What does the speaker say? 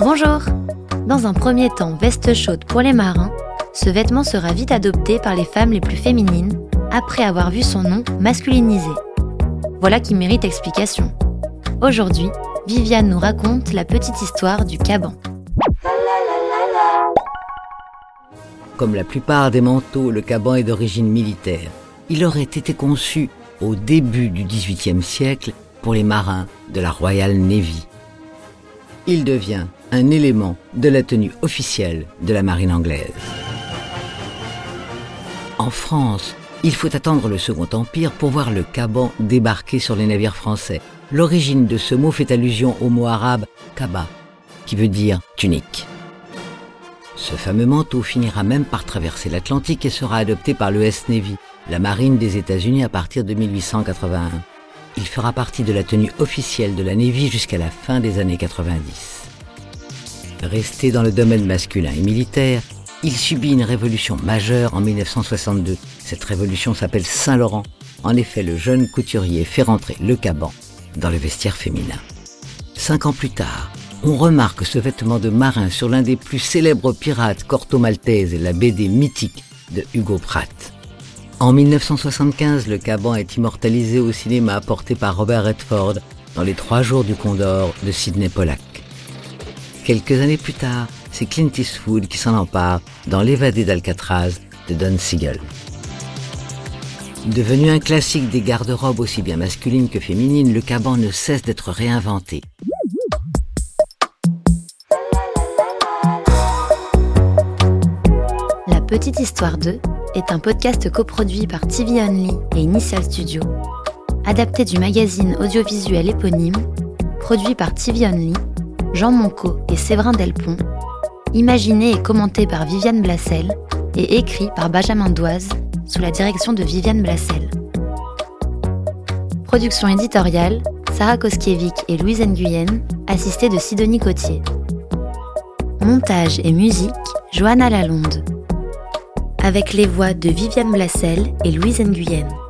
Bonjour! Dans un premier temps veste chaude pour les marins, ce vêtement sera vite adopté par les femmes les plus féminines, après avoir vu son nom masculinisé. Voilà qui mérite explication. Aujourd'hui, Viviane nous raconte la petite histoire du caban. Comme la plupart des manteaux, le caban est d'origine militaire. Il aurait été conçu au début du XVIIIe siècle pour les marins de la Royal Navy. Il devient un élément de la tenue officielle de la marine anglaise. En France, il faut attendre le Second Empire pour voir le caban débarquer sur les navires français. L'origine de ce mot fait allusion au mot arabe « kaba », qui veut dire « tunique ». Ce fameux manteau finira même par traverser l'Atlantique et sera adopté par l'US Navy, la marine des États-Unis à partir de 1881. Il fera partie de la tenue officielle de la Navy jusqu'à la fin des années 90. Resté dans le domaine masculin et militaire, il subit une révolution majeure en 1962. Cette révolution s'appelle Saint-Laurent. En effet, le jeune couturier fait rentrer le caban dans le vestiaire féminin. 5 ans plus tard, on remarque ce vêtement de marin sur l'un des plus célèbres pirates Corto Maltese et la BD mythique de Hugo Pratt. En 1975, le caban est immortalisé au cinéma porté par Robert Redford dans Les 3 jours du Condor de Sidney Pollack. Quelques années plus tard, c'est Clint Eastwood qui s'en empare dans L'évadé d'Alcatraz de Don Siegel. Devenu un classique des garde-robes aussi bien masculines que féminines, le caban ne cesse d'être réinventé. La petite histoire d'eux est un podcast coproduit par TV Only et Initial Studio, adapté du magazine audiovisuel éponyme, produit par TV Only, Jean Monco et Séverin Delpont, imaginé et commenté par Viviane Blassel et écrit par Benjamin Doise sous la direction de Viviane Blassel. Production éditoriale, Sarah Koskiewicz et Louise Nguyen, assistée de Sidonie Cotier. Montage et musique, Johanna Lalonde. Avec les voix de Viviane Blassel et Louise Nguyen.